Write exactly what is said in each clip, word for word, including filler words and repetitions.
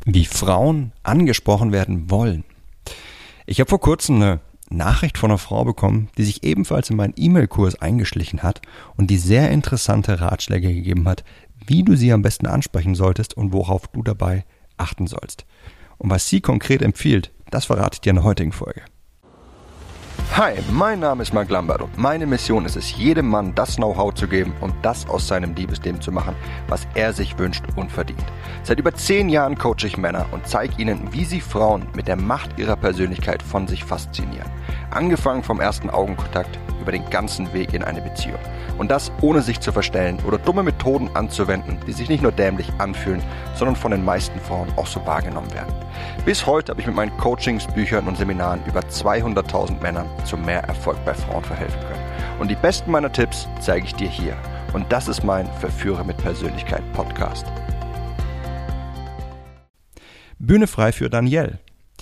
Wie Frauen angesprochen werden wollen. Ich habe vor kurzem eine Nachricht von einer Frau bekommen, die sich ebenfalls in meinen E-Mail-Kurs eingeschlichen hat und die sehr interessante Ratschläge gegeben hat, wie du sie am besten ansprechen solltest und worauf du dabei achten sollst. Und was sie konkret empfiehlt, das verrate ich dir in der heutigen Folge. Hi, mein Name ist Marc Lambert und meine Mission ist es, jedem Mann das Know-how zu geben und das aus seinem Liebesleben zu machen, was er sich wünscht und verdient. Seit über zehn Jahren coache ich Männer und zeige ihnen, wie sie Frauen mit der Macht ihrer Persönlichkeit von sich faszinieren. Angefangen vom ersten Augenkontakt über den ganzen Weg in eine Beziehung. Und das ohne sich zu verstellen oder dumme Methoden anzuwenden, die sich nicht nur dämlich anfühlen, sondern von den meisten Frauen auch so wahrgenommen werden. Bis heute habe ich mit meinen Coachings, Büchern und Seminaren über zweihunderttausend Männern zu mehr Erfolg bei Frauen verhelfen können. Und die besten meiner Tipps zeige ich dir hier. Und das ist mein Verführer mit Persönlichkeit Podcast. Bühne frei für Danielle.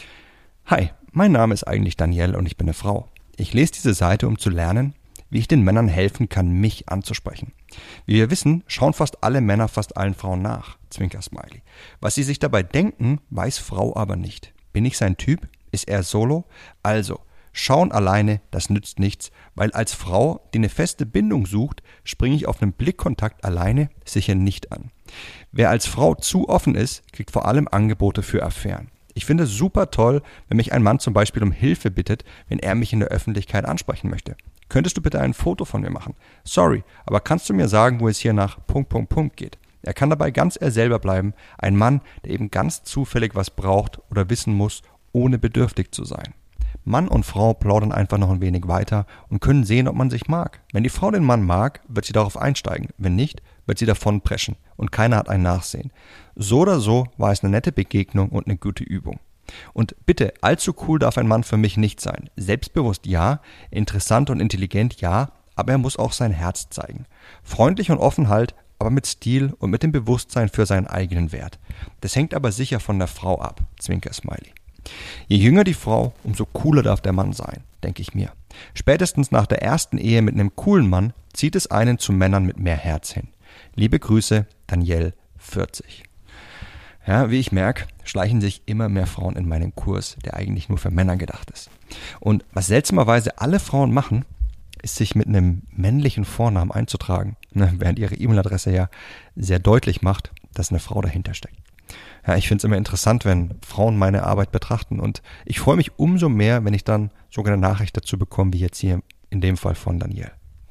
Hi, mein Name ist eigentlich Danielle und ich bin eine Frau. Ich lese diese Seite, um zu lernen, wie ich den Männern helfen kann, mich anzusprechen. Wie wir wissen, schauen fast alle Männer fast allen Frauen nach. Zwinker-Smiley. Was sie sich dabei denken, weiß Frau aber nicht. Bin ich sein Typ? Ist er solo? Also, schauen alleine, das nützt nichts, weil als Frau, die eine feste Bindung sucht, springe ich auf einen Blickkontakt alleine sicher nicht an. Wer als Frau zu offen ist, kriegt vor allem Angebote für Affären. Ich finde es super toll, wenn mich ein Mann zum Beispiel um Hilfe bittet, wenn er mich in der Öffentlichkeit ansprechen möchte. Könntest du bitte ein Foto von mir machen? Sorry, aber kannst du mir sagen, wo es hier nach Punkt, Punkt, Punkt geht? Er kann dabei ganz er selber bleiben, ein Mann, der eben ganz zufällig was braucht oder wissen muss, ohne bedürftig zu sein. Mann und Frau plaudern einfach noch ein wenig weiter und können sehen, ob man sich mag. Wenn die Frau den Mann mag, wird sie darauf einsteigen. Wenn nicht, wird sie davon preschen und keiner hat ein Nachsehen. So oder so war es eine nette Begegnung und eine gute Übung. Und bitte, allzu cool darf ein Mann für mich nicht sein. Selbstbewusst ja, interessant und intelligent ja, aber er muss auch sein Herz zeigen. Freundlich und offen halt, aber mit Stil und mit dem Bewusstsein für seinen eigenen Wert. Das hängt aber sicher von der Frau ab. Zwinker-Smiley. Je jünger die Frau, umso cooler darf der Mann sein, denke ich mir. Spätestens nach der ersten Ehe mit einem coolen Mann zieht es einen zu Männern mit mehr Herz hin. Liebe Grüße, Danielle, vierzig. Ja, wie ich merke, schleichen sich immer mehr Frauen in meinen Kurs, der eigentlich nur für Männer gedacht ist. Und was seltsamerweise alle Frauen machen, ist sich mit einem männlichen Vornamen einzutragen, ne, während ihre E-Mail-Adresse ja sehr deutlich macht, dass eine Frau dahinter steckt. Ja, ich finde es immer interessant, wenn Frauen meine Arbeit betrachten und ich freue mich umso mehr, wenn ich dann sogar eine Nachricht dazu bekomme, wie jetzt hier in dem Fall von Danielle.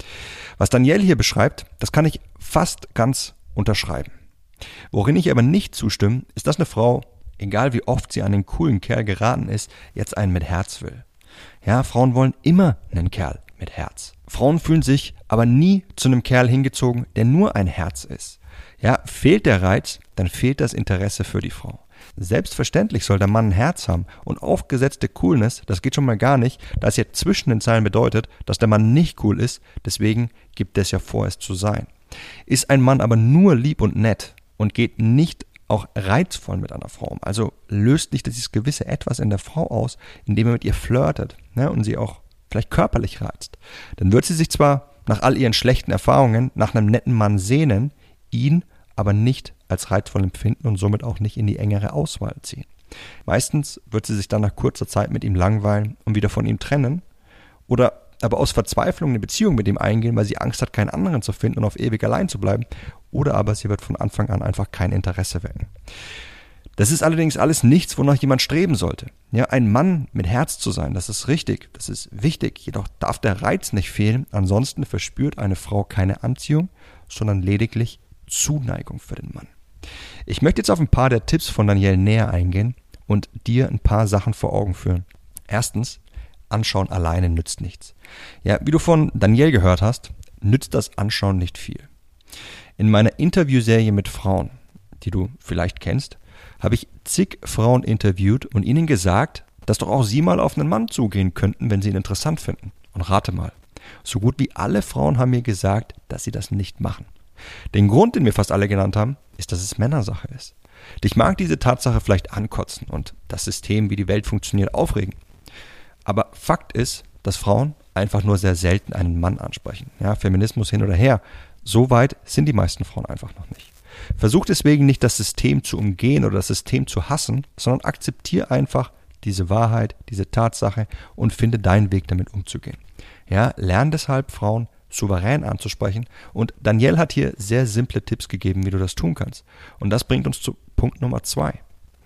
Was Danielle hier beschreibt, das kann ich fast ganz unterschreiben. Worin ich aber nicht zustimme, ist, dass eine Frau, egal wie oft sie an den coolen Kerl geraten ist, jetzt einen mit Herz will. Ja, Frauen wollen immer einen Kerl mit Herz. Frauen fühlen sich aber nie zu einem Kerl hingezogen, der nur ein Herz ist. Ja, fehlt der Reiz, dann fehlt das Interesse für die Frau. Selbstverständlich soll der Mann ein Herz haben und aufgesetzte Coolness, das geht schon mal gar nicht, da es ja zwischen den Zeilen bedeutet, dass der Mann nicht cool ist, deswegen gibt es ja vor, es zu sein. Ist ein Mann aber nur lieb und nett und geht nicht auch reizvoll mit einer Frau um, also löst nicht dieses gewisse Etwas in der Frau aus, indem er mit ihr flirtet, ne, und sie auch vielleicht körperlich reizt, dann wird sie sich zwar nach all ihren schlechten Erfahrungen nach einem netten Mann sehnen, ihn aber nicht als reizvoll empfinden und somit auch nicht in die engere Auswahl ziehen. Meistens wird sie sich dann nach kurzer Zeit mit ihm langweilen und wieder von ihm trennen oder aber aus Verzweiflung eine Beziehung mit ihm eingehen, weil sie Angst hat, keinen anderen zu finden und auf ewig allein zu bleiben, oder aber sie wird von Anfang an einfach kein Interesse wecken. Das ist allerdings alles nichts, wonach jemand streben sollte. Ja, ein Mann mit Herz zu sein, das ist richtig, das ist wichtig, jedoch darf der Reiz nicht fehlen, ansonsten verspürt eine Frau keine Anziehung, sondern lediglich Zuneigung für den Mann. Ich möchte jetzt auf ein paar der Tipps von Danielle näher eingehen und dir ein paar Sachen vor Augen führen. Erstens, Anschauen alleine nützt nichts. Ja, wie du von Danielle gehört hast, nützt das Anschauen nicht viel. In meiner Interviewserie mit Frauen, die du vielleicht kennst, habe ich zig Frauen interviewt und ihnen gesagt, dass doch auch sie mal auf einen Mann zugehen könnten, wenn sie ihn interessant finden. Und rate mal, so gut wie alle Frauen haben mir gesagt, dass sie das nicht machen. Den Grund, den mir fast alle genannt haben, ist, dass es Männersache ist. Dich mag diese Tatsache vielleicht ankotzen und das System, wie die Welt funktioniert, aufregen. Aber Fakt ist, dass Frauen einfach nur sehr selten einen Mann ansprechen. Ja, Feminismus hin oder her, so weit sind die meisten Frauen einfach noch nicht. Versuch deswegen nicht, das System zu umgehen oder das System zu hassen, sondern akzeptiere einfach diese Wahrheit, diese Tatsache und finde deinen Weg, damit umzugehen. Ja, lern deshalb, Frauen souverän anzusprechen, und Danielle hat hier sehr simple Tipps gegeben, wie du das tun kannst. Und das bringt uns zu Punkt Nummer zwei.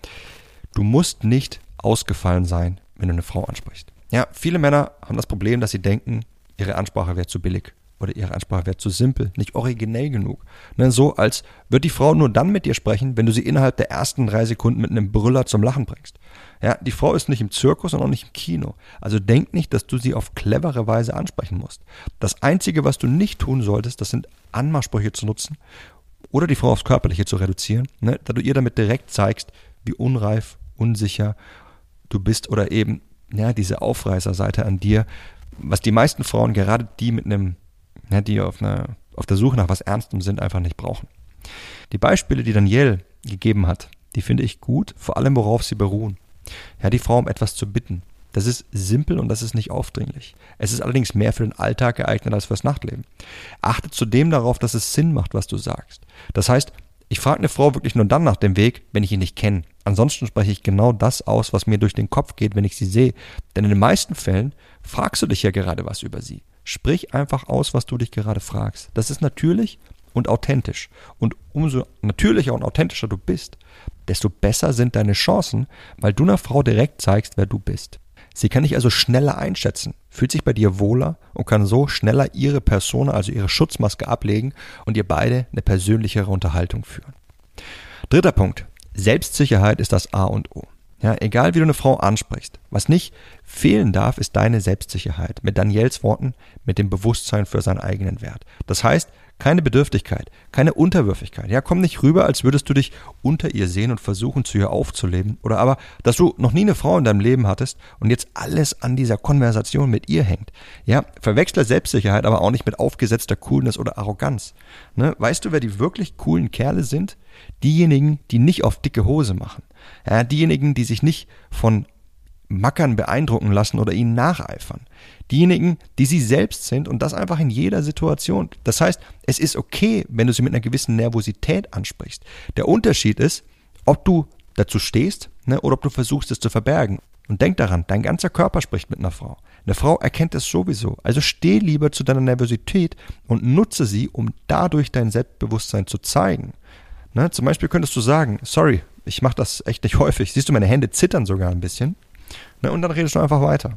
Du musst nicht ausgefallen sein, wenn du eine Frau ansprichst. Ja, viele Männer haben das Problem, dass sie denken, ihre Ansprache wäre zu billig oder ihre Ansprache wäre zu simpel, nicht originell genug. Ne, so als wird die Frau nur dann mit dir sprechen, wenn du sie innerhalb der ersten drei Sekunden mit einem Brüller zum Lachen bringst. Ja, die Frau ist nicht im Zirkus und auch nicht im Kino. Also denk nicht, dass du sie auf clevere Weise ansprechen musst. Das Einzige, was du nicht tun solltest, das sind Anmachsprüche zu nutzen oder die Frau aufs Körperliche zu reduzieren, ne, da du ihr damit direkt zeigst, wie unreif, unsicher du bist oder eben ja, diese Aufreißerseite an dir, was die meisten Frauen, gerade die mit einem, ja, die auf, einer, auf der Suche nach was Ernstem sind, einfach nicht brauchen. Die Beispiele, die Danielle gegeben hat, die finde ich gut, vor allem worauf sie beruhen. Ja, die Frau um etwas zu bitten. Das ist simpel und das ist nicht aufdringlich. Es ist allerdings mehr für den Alltag geeignet als fürs Nachtleben. Achte zudem darauf, dass es Sinn macht, was du sagst. Das heißt, ich frage eine Frau wirklich nur dann nach dem Weg, wenn ich ihn nicht kenne. Ansonsten spreche ich genau das aus, was mir durch den Kopf geht, wenn ich sie sehe. Denn in den meisten Fällen fragst du dich ja gerade was über sie. Sprich einfach aus, was du dich gerade fragst. Das ist natürlich und authentisch. Und umso natürlicher und authentischer du bist, desto besser sind deine Chancen, weil du einer Frau direkt zeigst, wer du bist. Sie kann dich also schneller einschätzen, fühlt sich bei dir wohler und kann so schneller ihre Persona, also ihre Schutzmaske ablegen und ihr beide eine persönlichere Unterhaltung führen. Dritter Punkt. Selbstsicherheit ist das A und O. Ja, egal wie du eine Frau ansprichst. Was nicht fehlen darf, ist deine Selbstsicherheit. Mit Danielles Worten, mit dem Bewusstsein für seinen eigenen Wert. Das heißt, keine Bedürftigkeit, keine Unterwürfigkeit. Ja, komm nicht rüber, als würdest du dich unter ihr sehen und versuchen, zu ihr aufzuleben. Oder aber, dass du noch nie eine Frau in deinem Leben hattest und jetzt alles an dieser Konversation mit ihr hängt. Ja, verwechsle Selbstsicherheit aber auch nicht mit aufgesetzter Coolness oder Arroganz. Ne? Weißt du, wer die wirklich coolen Kerle sind? Diejenigen, die nicht auf dicke Hose machen. Ja, diejenigen, die sich nicht von Mackern beeindrucken lassen oder ihnen nacheifern. Diejenigen, die sie selbst sind und das einfach in jeder Situation. Das heißt, es ist okay, wenn du sie mit einer gewissen Nervosität ansprichst. Der Unterschied ist, ob du dazu stehst, ne, oder ob du versuchst, es zu verbergen. Und denk daran, dein ganzer Körper spricht mit einer Frau. Eine Frau erkennt es sowieso. Also steh lieber zu deiner Nervosität und nutze sie, um dadurch dein Selbstbewusstsein zu zeigen. Ne, zum Beispiel könntest du sagen, sorry, ich mache das echt nicht häufig. Siehst du, meine Hände zittern sogar ein bisschen. Ne, und dann redest du einfach weiter.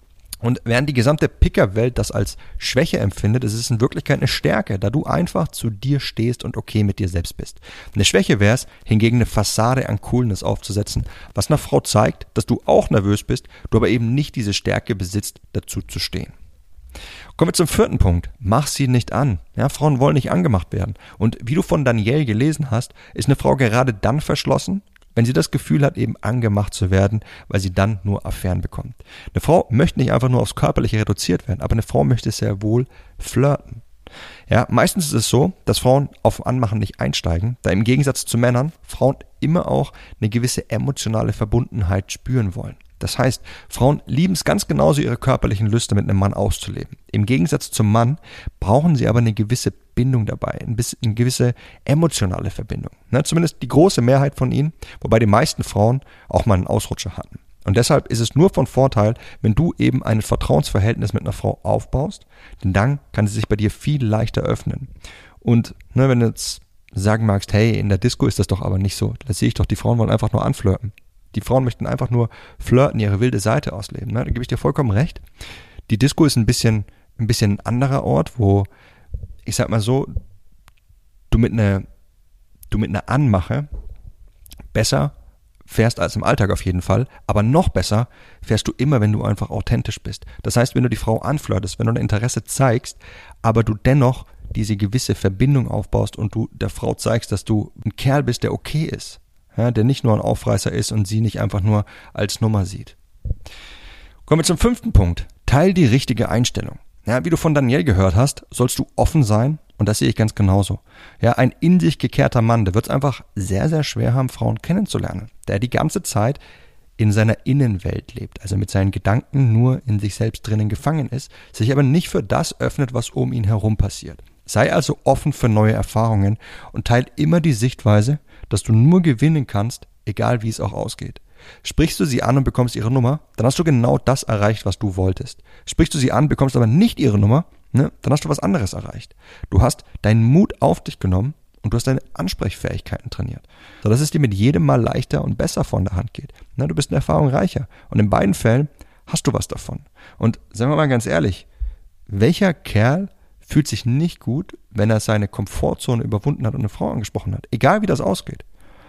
Und während die gesamte Picker-Welt das als Schwäche empfindet, ist es in Wirklichkeit eine Stärke, da du einfach zu dir stehst und okay mit dir selbst bist. Eine Schwäche wäre es, hingegen eine Fassade an Coolness aufzusetzen, was einer Frau zeigt, dass du auch nervös bist, du aber eben nicht diese Stärke besitzt, dazu zu stehen. Kommen wir zum vierten Punkt. Mach sie nicht an. Ja, Frauen wollen nicht angemacht werden. Und wie du von Danielle gelesen hast, ist eine Frau gerade dann verschlossen, wenn sie das Gefühl hat, eben angemacht zu werden, weil sie dann nur Affären bekommt. Eine Frau möchte nicht einfach nur aufs Körperliche reduziert werden, aber eine Frau möchte sehr wohl flirten. Ja, meistens ist es so, dass Frauen auf Anmachen nicht einsteigen, da im Gegensatz zu Männern Frauen immer auch eine gewisse emotionale Verbundenheit spüren wollen. Das heißt, Frauen lieben es ganz genauso, ihre körperlichen Lüste mit einem Mann auszuleben. Im Gegensatz zum Mann brauchen sie aber eine gewisse Bindung dabei, ein bisschen, eine gewisse emotionale Verbindung. Ne, zumindest die große Mehrheit von ihnen, wobei die meisten Frauen auch mal einen Ausrutscher hatten. Und deshalb ist es nur von Vorteil, wenn du eben ein Vertrauensverhältnis mit einer Frau aufbaust, denn dann kann sie sich bei dir viel leichter öffnen. Und ne, wenn du jetzt sagen magst, hey, in der Disco ist das doch aber nicht so, da sehe ich doch, die Frauen wollen einfach nur anflirten. Die Frauen möchten einfach nur flirten, ihre wilde Seite ausleben. Ne? Da gebe ich dir vollkommen recht. Die Disco ist ein bisschen, ein bisschen ein anderer Ort, wo, ich sag mal so, du mit einer, du mit einer Anmache besser fährst als im Alltag auf jeden Fall, aber noch besser fährst du immer, wenn du einfach authentisch bist. Das heißt, wenn du die Frau anflirtest, wenn du ein Interesse zeigst, aber du dennoch diese gewisse Verbindung aufbaust und du der Frau zeigst, dass du ein Kerl bist, der okay ist. Ja, der nicht nur ein Aufreißer ist und sie nicht einfach nur als Nummer sieht. Kommen wir zum fünften Punkt. Teil die richtige Einstellung. Ja, wie du von Danielle gehört hast, sollst du offen sein und das sehe ich ganz genauso. Ja, ein in sich gekehrter Mann, der wird es einfach sehr, sehr schwer haben, Frauen kennenzulernen. Der die ganze Zeit in seiner Innenwelt lebt, also mit seinen Gedanken nur in sich selbst drinnen gefangen ist, sich aber nicht für das öffnet, was um ihn herum passiert. Sei also offen für neue Erfahrungen und teil immer die Sichtweise, dass du nur gewinnen kannst, egal wie es auch ausgeht. Sprichst du sie an und bekommst ihre Nummer, dann hast du genau das erreicht, was du wolltest. Sprichst du sie an, bekommst aber nicht ihre Nummer, ne, dann hast du was anderes erreicht. Du hast deinen Mut auf dich genommen und du hast deine Ansprechfähigkeiten trainiert, sodass es dir mit jedem Mal leichter und besser von der Hand geht. Ne, du bist in Erfahrung reicher und in beiden Fällen hast du was davon. Und sagen wir mal ganz ehrlich, welcher Kerl fühlt sich nicht gut, wenn er seine Komfortzone überwunden hat und eine Frau angesprochen hat, egal wie das ausgeht.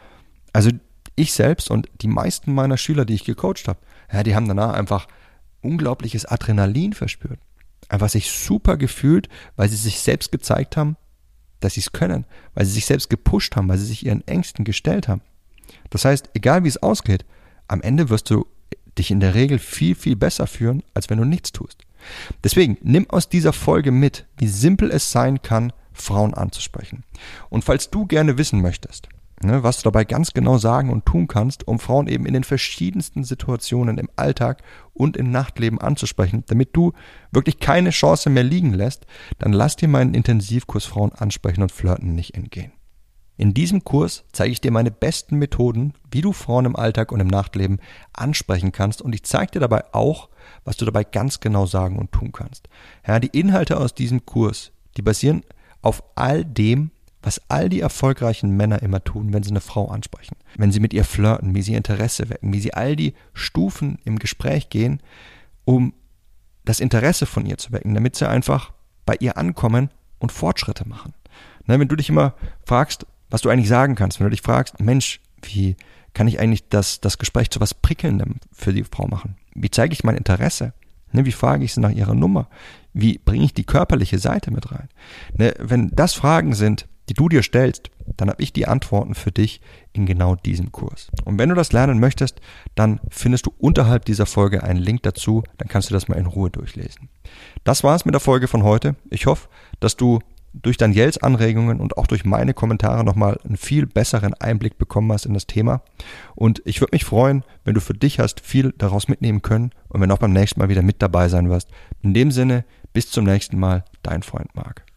Also ich selbst und die meisten meiner Schüler, die ich gecoacht habe, ja, die haben danach einfach unglaubliches Adrenalin verspürt. Einfach sich super gefühlt, weil sie sich selbst gezeigt haben, dass sie es können, weil sie sich selbst gepusht haben, weil sie sich ihren Ängsten gestellt haben. Das heißt, egal wie es ausgeht, am Ende wirst du dich in der Regel viel, viel besser fühlen, als wenn du nichts tust. Deswegen, nimm aus dieser Folge mit, wie simpel es sein kann, Frauen anzusprechen. Und falls du gerne wissen möchtest, ne, was du dabei ganz genau sagen und tun kannst, um Frauen eben in den verschiedensten Situationen im Alltag und im Nachtleben anzusprechen, damit du wirklich keine Chance mehr liegen lässt, dann lass dir meinen Intensivkurs Frauen ansprechen und flirten nicht entgehen. In diesem Kurs zeige ich dir meine besten Methoden, wie du Frauen im Alltag und im Nachtleben ansprechen kannst, und ich zeige dir dabei auch, was du dabei ganz genau sagen und tun kannst. Ja, die Inhalte aus diesem Kurs, die basieren auf all dem, was all die erfolgreichen Männer immer tun, wenn sie eine Frau ansprechen. Wenn sie mit ihr flirten, wie sie Interesse wecken, wie sie all die Stufen im Gespräch gehen, um das Interesse von ihr zu wecken, damit sie einfach bei ihr ankommen und Fortschritte machen. Ne, wenn du dich immer fragst, was du eigentlich sagen kannst, wenn du dich fragst, Mensch, wie kann ich eigentlich das, das Gespräch zu was Prickelndem für die Frau machen? Wie zeige ich mein Interesse? Ne, wie frage ich sie nach ihrer Nummer? Wie bringe ich die körperliche Seite mit rein? Ne, wenn das Fragen sind, die du dir stellst, dann habe ich die Antworten für dich in genau diesem Kurs. Und wenn du das lernen möchtest, dann findest du unterhalb dieser Folge einen Link dazu, dann kannst du das mal in Ruhe durchlesen. Das war's mit der Folge von heute. Ich hoffe, dass du durch Daniels Anregungen und auch durch meine Kommentare nochmal einen viel besseren Einblick bekommen hast in das Thema. Und ich würde mich freuen, wenn du für dich hast viel daraus mitnehmen können und wenn du auch beim nächsten Mal wieder mit dabei sein wirst. In dem Sinne, bis zum nächsten Mal, dein Freund Marc.